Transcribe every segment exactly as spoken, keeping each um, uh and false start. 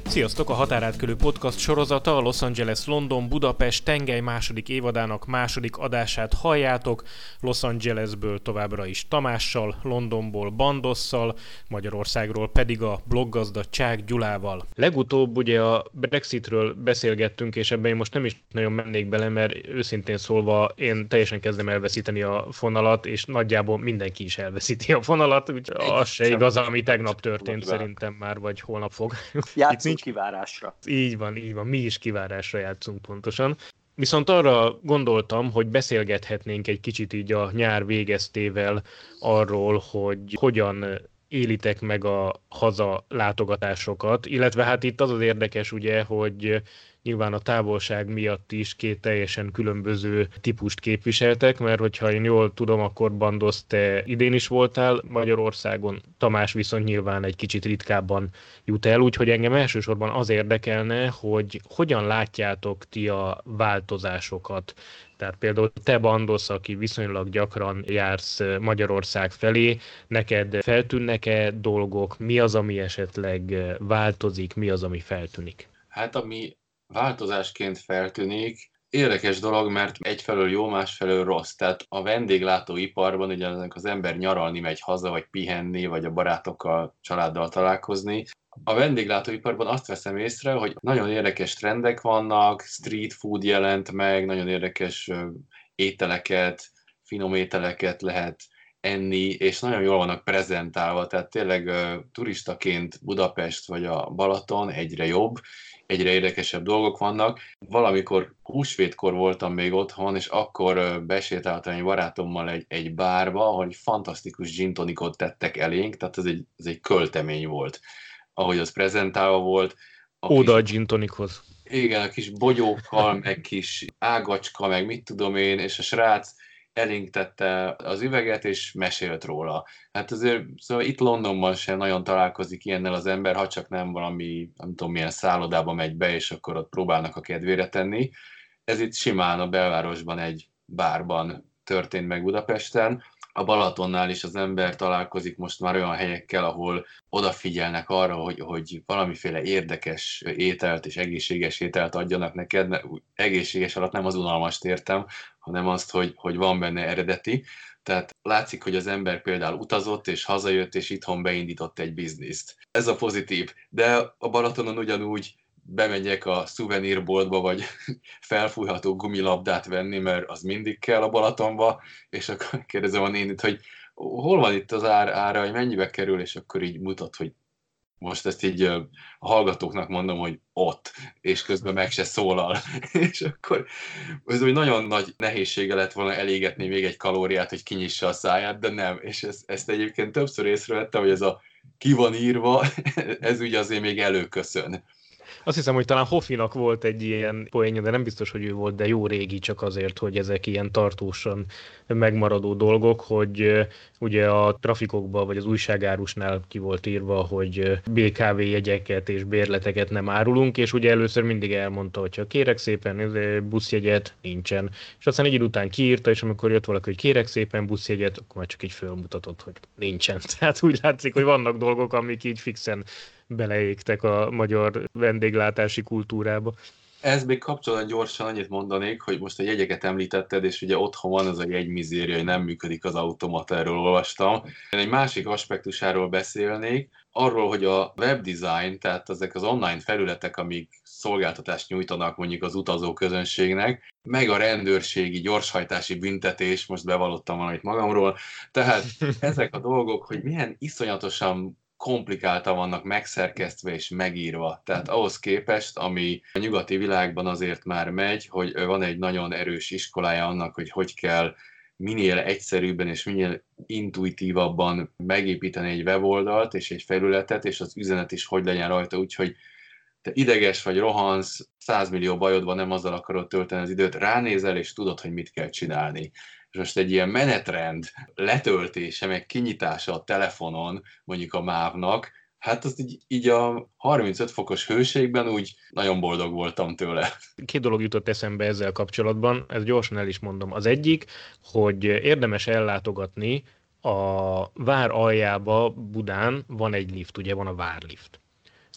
Sziasztok! A Határátkölő Podcast sorozata a Los Angeles-London Budapest tengely második évadának második adását halljátok. Los Angelesből továbbra is Tamással, Londonból Bandosszal, Magyarországról pedig a bloggazda Csák Gyulával. Legutóbb ugye a Brexitről beszélgettünk, és ebben én most nem is nagyon mennék bele, mert őszintén szólva én teljesen kezdem elveszíteni a fonalat, és nagyjából mindenki is elveszíti a fonalat, úgyhogy az se igaz, ami tegnap történt szerintem már, vagy holnap fog. Játszunk kivárásra. Így van, így van, mi is kivárásra játszunk pontosan. Viszont arra gondoltam, hogy beszélgethetnénk egy kicsit így a nyár végeztével arról, hogy hogyan élitek meg a haza látogatásokat, illetve hát itt az az érdekes ugye, hogy nyilván a távolság miatt is két teljesen különböző típust képviseltek, mert hogyha én jól tudom, akkor Bandosz, te idén is voltál Magyarországon, Tamás viszont nyilván egy kicsit ritkábban jut el, úgyhogy engem elsősorban az érdekelne, hogy hogyan látjátok ti a változásokat. Tehát például te, Bandosz, aki viszonylag gyakran jársz Magyarország felé, neked feltűnnek-e dolgok, mi az, ami esetleg változik, mi az, ami feltűnik? Hát ami változásként feltűnik, érdekes dolog, mert egyfelől jó, másfelől rossz. Tehát a vendéglátóiparban ugye az ember nyaralni megy haza, vagy pihenni, vagy a barátokkal, családdal találkozni. A vendéglátóiparban azt veszem észre, hogy nagyon érdekes trendek vannak, street food jelent meg, nagyon érdekes ételeket, finom ételeket lehet enni, és nagyon jól vannak prezentálva, tehát tényleg turistaként Budapest vagy a Balaton egyre jobb, egyre érdekesebb dolgok vannak. Valamikor húsvétkor voltam még otthon, és akkor besétáltam egy barátommal egy, egy bárba, ahol egy fantasztikus gin tonicot tettek elénk, tehát ez egy, ez egy költemény volt, ahogy az prezentálva volt. A Oda kis, a gin tonichoz. Igen, a kis bogyókkal, meg kis ágacska, meg mit tudom én, és a srác elénk tette az üveget, és mesélt róla. Hát azért szóval itt Londonban sem nagyon találkozik ilyennel az ember, ha csak nem valami, nem tudom milyen szállodába megy be, és akkor ott próbálnak a kedvére tenni. Ez itt simán a belvárosban egy bárban történt meg Budapesten. A Balatonnál is az ember találkozik most már olyan helyekkel, ahol odafigyelnek arra, hogy, hogy valamiféle érdekes ételt és egészséges ételt adjanak neked. Egészséges alatt nem az unalmast értem, hanem azt, hogy, hogy van benne eredeti. Tehát látszik, hogy az ember például utazott, és hazajött, és itthon beindított egy bizniszt. Ez a pozitív. De a Balatonon ugyanúgy bemegyek a szuvenírboltba, vagy felfújható gumilabdát venni, mert az mindig kell a Balatonba, és akkor kérdezem a nénit, hogy hol van itt az ár, ára, hogy mennyibe kerül, és akkor így mutat, hogy most ezt így a hallgatóknak mondom, hogy ott, és közben meg se szólal. És akkor ez úgy nagyon nagy nehézsége lett volna elégetni még egy kalóriát, hogy kinyissa a száját, de nem. És ezt, ezt egyébként többször észrevettem, hogy ez a ki van írva, ez ugye azért még előköszön. Azt hiszem, hogy talán Hoffinak volt egy ilyen poénja, de nem biztos, hogy ő volt, de jó régi, csak azért, hogy ezek ilyen tartósan megmaradó dolgok, hogy ugye a trafikokban vagy az újságárusnál ki volt írva, hogy bé ká vé jegyeket és bérleteket nem árulunk, és ugye először mindig elmondta, hogy ha kérek szépen buszjegyet, nincsen. És aztán egy idő után kiírta, és amikor jött valaki, hogy kérek szépen buszjegyet, akkor már csak így fölmutatott, hogy nincsen. Tehát úgy látszik, hogy vannak dolgok, amik így fixen beleégtek a magyar vendéglátási kultúrába. Ez még kapcsolatban gyorsan annyit mondanék, hogy most a jegyeket említetted, és ugye otthon van az a jegymizéria, hogy nem működik az automata, erről olvastam. Én egy másik aspektusáról beszélnék, arról, hogy a webdesign, tehát ezek az online felületek, amik szolgáltatást nyújtanak mondjuk az utazó közönségnek, meg a rendőrségi gyorshajtási büntetés, most bevallottam valamit magamról, tehát ezek a dolgok, hogy milyen iszonyatosan komplikáltan vannak megszerkesztve és megírva. Tehát ahhoz képest, ami a nyugati világban azért már megy, hogy van egy nagyon erős iskolája annak, hogy hogy kell minél egyszerűbben és minél intuitívabban megépíteni egy weboldalt és egy felületet, és az üzenet is hogy legyen rajta, úgyhogy te ideges vagy, rohansz, százmillió bajod van, nem azzal akarod tölteni az időt, ránézel és tudod, hogy mit kell csinálni. És most egy ilyen menetrend letöltése, meg kinyitása a telefonon, mondjuk a mávnak, hát az így, így a harmincöt fokos hőségben úgy nagyon boldog voltam tőle. Két dolog jutott eszembe ezzel kapcsolatban, ezt gyorsan el is mondom. Az egyik, hogy érdemes ellátogatni a vár aljába Budán, van egy lift, ugye van a várlift.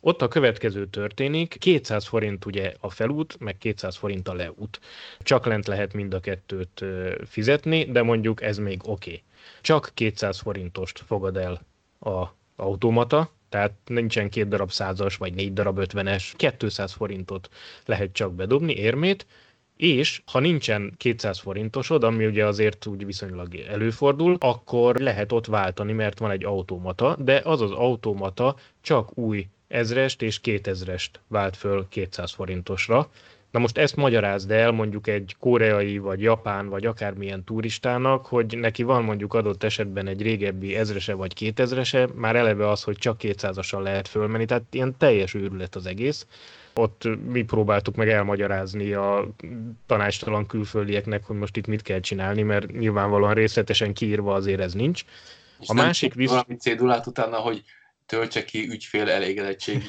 Ott a következő történik, kétszáz forint ugye a felút, meg kétszáz forint a leút. Csak lent lehet mind a kettőt fizetni, de mondjuk ez még oké. Okay. Csak kétszáz forintost fogad el a automata, tehát nincsen két darab százas, vagy négy darab ötvenes, kétszáz forintot lehet csak bedobni, érmét, és ha nincsen kétszáz forintosod, ami ugye azért úgy viszonylag előfordul, akkor lehet ott váltani, mert van egy automata, de az az automata csak új ezrest és kétezrest vált föl kétszáz forintosra. Na most ezt magyarázd el mondjuk egy koreai, vagy japán, vagy akármilyen turistának, hogy neki van mondjuk adott esetben egy régebbi ezrese vagy kétezrese, már eleve az, hogy csak kétszázassal lehet fölmenni, tehát ilyen teljes őrület az egész. Ott mi próbáltuk meg elmagyarázni a tanácstalan külföldieknek, hogy most itt mit kell csinálni, mert nyilvánvalóan részletesen kiírva azért ez nincs. És a nem másik visz... valami cédulát utána, hogy töltse ki ügyfél elégedettség.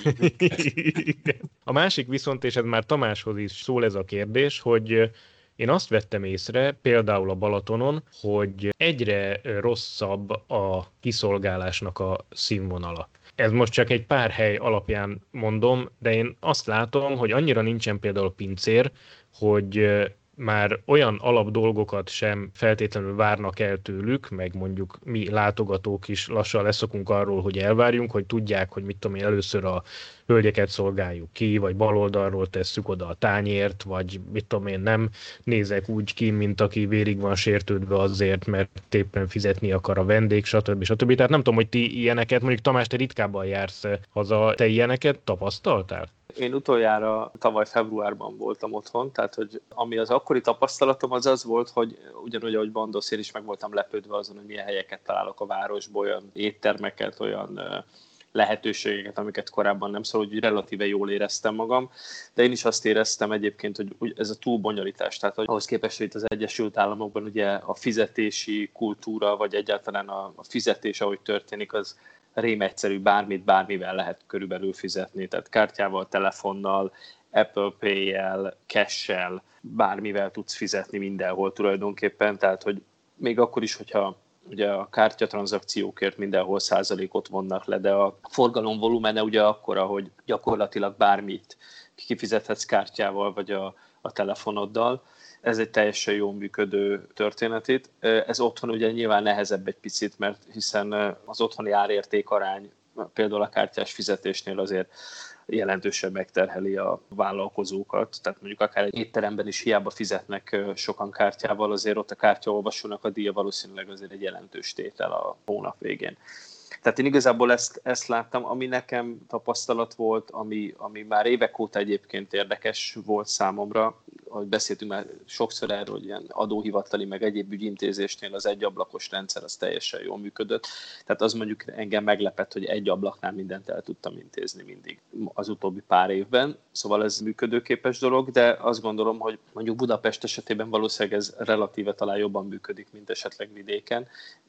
A másik viszont, és ez már Tamáshoz is szól ez a kérdés, hogy én azt vettem észre, például a Balatonon, hogy egyre rosszabb a kiszolgálásnak a színvonala. Ez most csak egy pár hely alapján mondom, de én azt látom, hogy annyira nincsen például pincér, hogy már olyan alap dolgokat sem feltétlenül várnak el tőlük, meg mondjuk mi látogatók is lassan leszokunk arról, hogy elvárjunk, hogy tudják, hogy mit tudom én, először a hölgyeket szolgáljuk ki, vagy bal oldalról tesszük oda a tányért, vagy mit tudom én, nem nézek úgy ki, mint aki vérig van sértődve azért, mert éppen fizetni akar a vendég, stb. stb. Tehát nem tudom, hogy ti ilyeneket, mondjuk Tamás, te ritkábban jársz haza, te ilyeneket tapasztaltál? Én utoljára tavaly februárban voltam otthon, tehát hogy ami az akkori tapasztalatom az az volt, hogy ugyanúgy, ahogy Bandosz, én is meg voltam lepődve azon, hogy milyen helyeket találok a városból, olyan éttermeket, olyan lehetőségeket, amiket korábban nem, szóval hogy relatíve jól éreztem magam, de én is azt éreztem egyébként, hogy ez a túlbonyolítás, tehát hogy ahhoz képest, hogy itt az Egyesült Államokban ugye a fizetési kultúra, vagy egyáltalán a fizetés, ahogy történik, az rém egyszerű, bármit, bármivel lehet körülbelül fizetni, tehát kártyával, telefonnal, Apple Pay-jel, cash-el, bármivel tudsz fizetni mindenhol tulajdonképpen, tehát hogy még akkor is, hogyha ugye a kártyatranzakciókért mindenhol százalékot vonnak le, de a forgalom volumene ugye akkora, hogy gyakorlatilag bármit kifizethetsz kártyával vagy a, a telefonoddal. Ez egy teljesen jól működő történet itt. Ez otthon ugye nyilván nehezebb egy picit, mert hiszen az otthoni árérték arány például a kártyás fizetésnél azért jelentősen megterheli a vállalkozókat. Tehát mondjuk akár egy étteremben is hiába fizetnek sokan kártyával, azért ott a kártyaolvasónak a díja valószínűleg azért egy jelentős tétel a hónap végén. Tehát én igazából ezt, ezt láttam, ami nekem tapasztalat volt, ami, ami már évek óta egyébként érdekes volt számomra, ahogy beszéltünk már sokszor erről, hogy ilyen adóhivatali, meg egyéb ügyintézésnél az egyablakos rendszer az teljesen jól működött. Tehát az mondjuk engem meglepett, hogy egy ablaknál mindent el tudtam intézni mindig az utóbbi pár évben. Szóval ez működőképes dolog, de azt gondolom, hogy mondjuk Budapest esetében valószínűleg ez relatíve talán jobban működik, mint esetleg vidéken,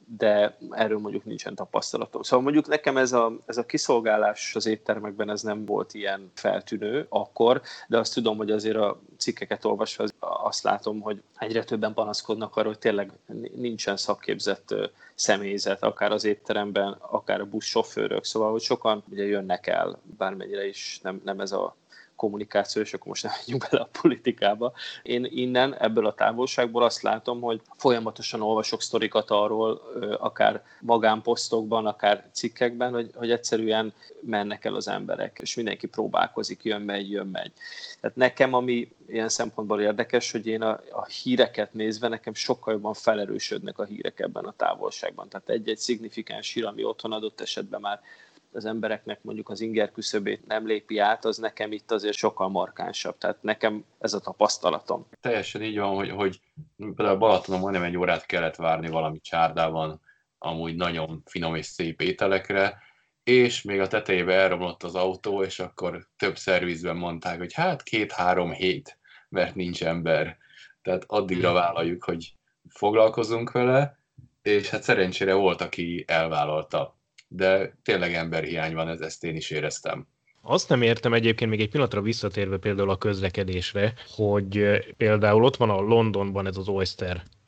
de erről mondjuk nincsen tapasztalatom. Szóval mondjuk nekem ez a, ez a kiszolgálás az éttermekben ez nem volt ilyen feltűnő akkor, de azt tudom, hogy azért a cikkeket olvasva azt látom, hogy egyre többen panaszkodnak arra, hogy tényleg nincsen szakképzett személyzet, akár az étteremben, akár a buszsofőrök, szóval hogy sokan ugye jönnek el, bármennyire is nem, nem ez a kommunikáció, és akkor most nem megyünk bele a politikába. Én innen, ebből a távolságból azt látom, hogy folyamatosan olvasok sztorikat arról, akár magánposztokban, akár cikkekben, hogy, hogy egyszerűen mennek el az emberek, és mindenki próbálkozik, jön, megy, jön, megy. Tehát nekem, ami ilyen szempontból érdekes, hogy én a, a híreket nézve, nekem sokkal jobban felerősödnek a hírek ebben a távolságban. Tehát egy-egy szignifikáns hír, ami otthon adott esetben már az embereknek mondjuk az inger küszöbét nem lépi át, az nekem itt azért sokkal markánsabb. Tehát nekem ez a tapasztalatom. Teljesen így van, hogy, hogy például Balatonon majdnem egy órát kellett várni valami csárdában, amúgy nagyon finom és szép ételekre, és még a tetejébe elromlott az autó, és akkor több szervizben mondták, hogy hát két-három hét, mert nincs ember. Tehát addigra vállaljuk, hogy foglalkozunk vele, és hát szerencsére volt, aki elvállalta. De tényleg emberhiány van, ez, ezt én is éreztem. Azt nem értem egyébként még egy pillanatra visszatérve például a közlekedésre, hogy például ott van a Londonban ez az Oyster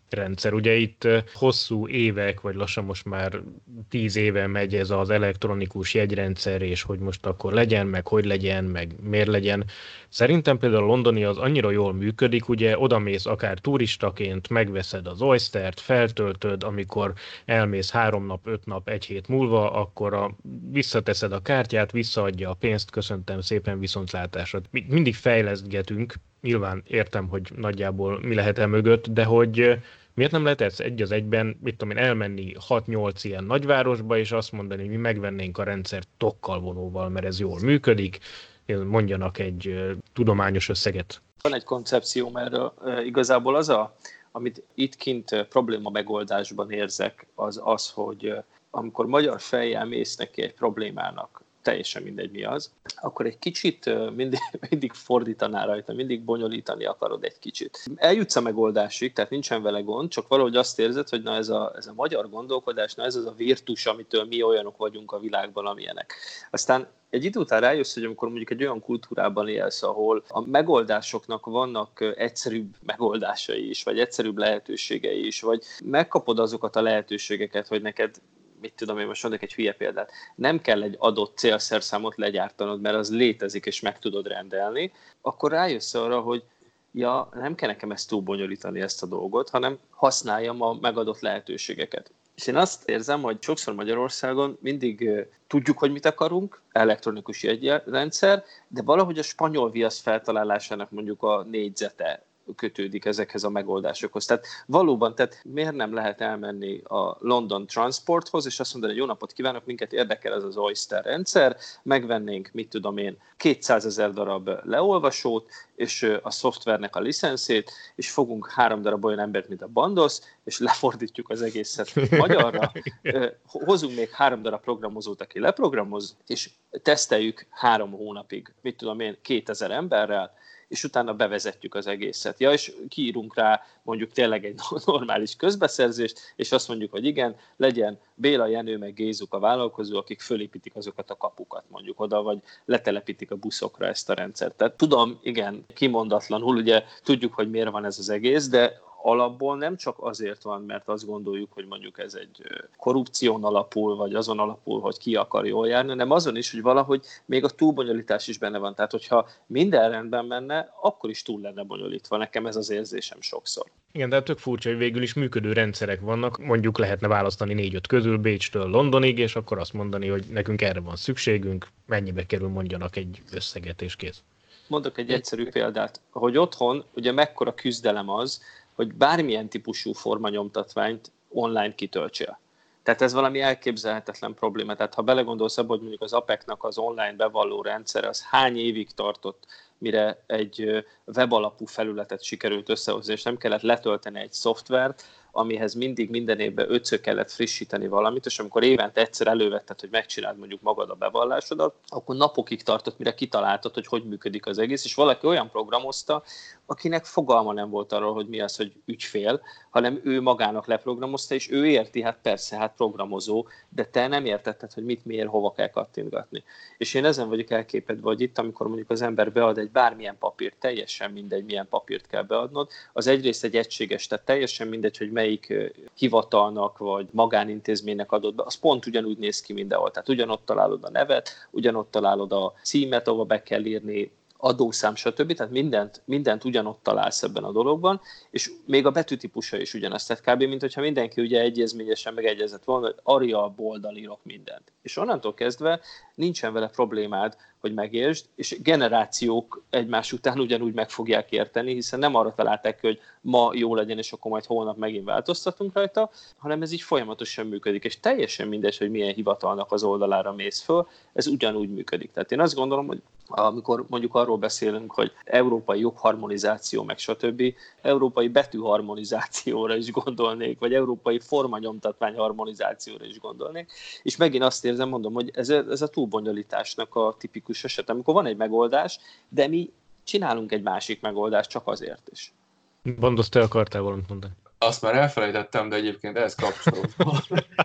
rendszer. Ugye itt hosszú évek, vagy lassan most már tíz éve megy ez az elektronikus jegyrendszer, és hogy most akkor legyen, meg hogy legyen, meg miért legyen. Szerintem például a londoni az annyira jól működik, ugye odamész akár turistaként, megveszed az Oystert, feltöltöd, amikor elmész három nap, öt nap, egy hét múlva, akkor a, visszateszed a kártyát, visszaadja a pénzt, köszöntem szépen, viszontlátásra. Mindig fejlesztgetünk, nyilván értem, hogy nagyjából mi lehet el mögött, de hogy miért nem lehet ez egy az egyben, mit tudom én, elmenni hat-nyolc ilyen nagyvárosba, és azt mondani, hogy mi megvennénk a rendszert tokkal vonóval, mert ez jól működik, mondjanak egy uh, tudományos összeget. Van egy koncepcióm erről. Igazából az, a, amit itt kint probléma megoldásban érzek, az az, hogy amikor magyar fejjel mész neki egy problémának, teljesen mindegy mi az, akkor egy kicsit mindig, mindig fordítaná rajta, mindig bonyolítani akarod egy kicsit. Eljutsz a megoldásig, tehát nincsen vele gond, csak valahogy azt érzed, hogy na ez a, ez a magyar gondolkodás, na ez az a virtus, amitől mi olyanok vagyunk a világban, amilyenek. Aztán egy idő után rájössz, hogy amikor mondjuk egy olyan kultúrában élsz, ahol a megoldásoknak vannak egyszerűbb megoldásai is, vagy egyszerűbb lehetőségei is, vagy megkapod azokat a lehetőségeket, hogy neked, mit tudom én, most mondok egy hülye példát, nem kell egy adott célszerszámot legyártanod, mert az létezik és meg tudod rendelni, akkor rájössz arra, hogy ja, nem kell nekem ezt túl bonyolítani ezt a dolgot, hanem használjam a megadott lehetőségeket. És én azt érzem, hogy sokszor Magyarországon mindig tudjuk, hogy mit akarunk, elektronikus jegyrendszer, de valahogy a spanyol viasz feltalálásának mondjuk a négyzete kötődik ezekhez a megoldásokhoz. Tehát valóban, tehát miért nem lehet elmenni a London Transporthoz, és azt mondani, hogy jó napot kívánok, minket érdekel ez az Oyster rendszer, megvennénk, mit tudom én, kétszázezer darab leolvasót, és a szoftvernek a licenszét, és fogunk három darab olyan embert, mint a Bandos, és lefordítjuk az egészet magyarra, hozunk még három darab programozót, aki leprogramoz, és teszteljük három hónapig, mit tudom én, kétezer emberrel, és utána bevezetjük az egészet. Ja, és kiírunk rá mondjuk tényleg egy normális közbeszerzést, és azt mondjuk, hogy igen, legyen Béla, Jenő, meg Gézuk a vállalkozó, akik fölépítik azokat a kapukat mondjuk oda, vagy letelepítik a buszokra ezt a rendszert. Tehát tudom, igen, kimondatlanul, ugye tudjuk, hogy miért van ez az egész, de alapból nem csak azért van, mert azt gondoljuk, hogy mondjuk ez egy korrupción alapul, vagy azon alapul, hogy ki akar jól járni, hanem azon is, hogy valahogy még a túlbonyolítás is benne van. Tehát, hogyha minden rendben menne, akkor is túl lenne bonyolítva. Nekem ez az érzésem sokszor. Igen, de tök furcsa, hogy végül is működő rendszerek vannak. Mondjuk lehetne választani négy-öt közül Bécstől Londonig, és akkor azt mondani, hogy nekünk erre van szükségünk, mennyibe kerül, mondjanak egy összeget, és kész. Mondok egy egyszerű példát, hogy otthon ugye mekkora küzdelem az, hogy bármilyen típusú formanyomtatványt online kitöltsél. Tehát ez valami elképzelhetetlen probléma. Tehát ha belegondolsz abba, hogy mondjuk az apeknak az online bevalló rendszere, az hány évig tartott, mire egy webalapú felületet sikerült összehozni, és nem kellett letölteni egy szoftvert, amihez mindig minden évben ötször kellett frissíteni valamit, és amikor évente egyszer elővetted, hogy megcsináld mondjuk magad a bevallásodat, akkor napokig tartott, mire kitaláltad, hogy hogy működik az egész, és valaki olyan programozta, akinek fogalma nem volt arról, hogy mi az, hogy ügyfél, hanem ő magának leprogramozta, és ő érti, hát persze, hát programozó, de te nem értetted, hogy mit, miért, hova kell kattintgatni. És én ezen vagyok elképedve, hogy itt, amikor mondjuk az ember bead egy bármilyen papírt, teljesen mindegy, milyen papírt kell beadnod, az egyrészt egy egységes, tehát teljesen mindegy, hogy melyik hivatalnak vagy magánintézménynek adod be, az pont ugyanúgy néz ki mindenhol. Tehát ugyanott találod a nevet, ugyanott találod a címet, ahova be kell írni, adószám, stb. Tehát mindent, mindent ugyanott találsz ebben a dologban, és még a betűtípusa is ugyanaz. Tehát kb. Mint hogyha mindenki ugye egyezményesen megegyezett volna, hogy Arial boldal írok mindent. És onnantól kezdve nincsen vele problémád, hogy megértsd, és generációk egymás után ugyanúgy meg fogják érteni, hiszen nem arra találták, hogy ma jó legyen, és akkor majd holnap megint változtatunk rajta, hanem ez így folyamatosan működik, és teljesen mindegy, hogy milyen hivatalnak az oldalára mész föl, ez ugyanúgy működik. Tehát én azt gondolom, hogy amikor mondjuk arról beszélünk, hogy európai jogharmonizáció, meg stb., európai betűharmonizációra is gondolnék, vagy európai formanyomtatvány harmonizációra is gondolnék, és megint azt érzem, mondom, hogy ez, ez a túlbonyolításnak a tipikus eset, amikor van egy megoldás, de mi csinálunk egy másik megoldást csak azért is. Bandos, te akartál valamit mondani? Azt már elfelejtettem, de egyébként ehhez kapcsolatban.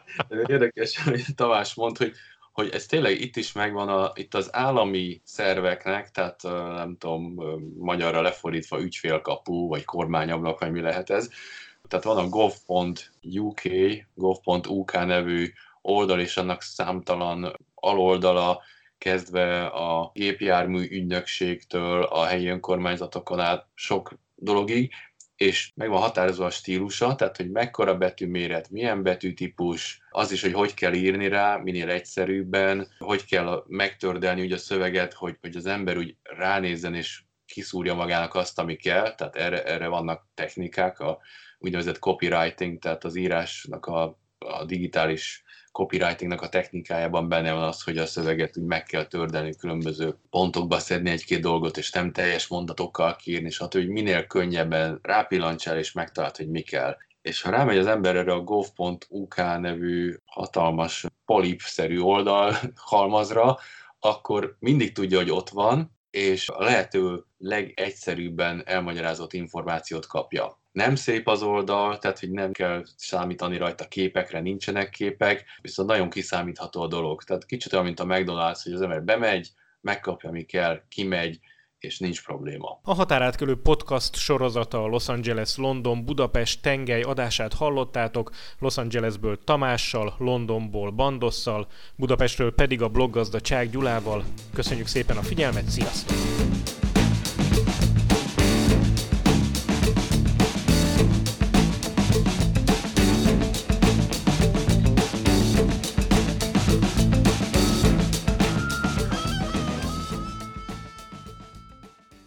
Érdekes, hogy Tamás mond, hogy hogy ez tényleg itt is megvan, a, itt az állami szerveknek, tehát nem tudom, magyarra lefordítva ügyfélkapu, vagy kormányablak, vagy mi lehet ez, Tehát van a gov pont u k, gov pont u k nevű oldal, és annak számtalan aloldala, kezdve a gépjármű ügynökségtől a helyi önkormányzatokon át sok dologig, és meg van határozva a stílusa, tehát hogy mekkora betűméret, milyen betűtípus, az is, hogy hogy kell írni rá, minél egyszerűbben, hogy kell megtördelni úgy a szöveget, hogy, hogy az ember úgy ránézzen és kiszúrja magának azt, ami kell, tehát erre, erre vannak technikák, a úgynevezett copywriting, tehát az írásnak a, a digitális copywritingnak a technikájában benne van az, hogy a szöveget úgy meg kell tördelni, különböző pontokba szedni egy-két dolgot, és nem teljes mondatokkal kiírni, stb. Hogy minél könnyebben rápillantsál, és megtaláld, hogy mi kell. És ha rámegy az ember erre a gov pont u k nevű hatalmas polip-szerű oldal halmazra, akkor mindig tudja, hogy ott van, és a lehető legegyszerűbben elmagyarázott információt kapja. Nem szép az oldal, tehát hogy nem kell számítani rajta képekre, nincsenek képek, viszont nagyon kiszámítható a dolog. Tehát kicsit olyan, mint a McDonald's, hogy az ember bemegy, megkapja, ami kell, kimegy, és nincs probléma. A határátkelő podcast sorozata a Los Angeles, London, Budapest tengely adását hallottátok, Los Angelesből Tamással, Londonból Bandosszal, Budapestről pedig a bloggazda Csák Gyulával. Köszönjük szépen a figyelmet, sziasztok!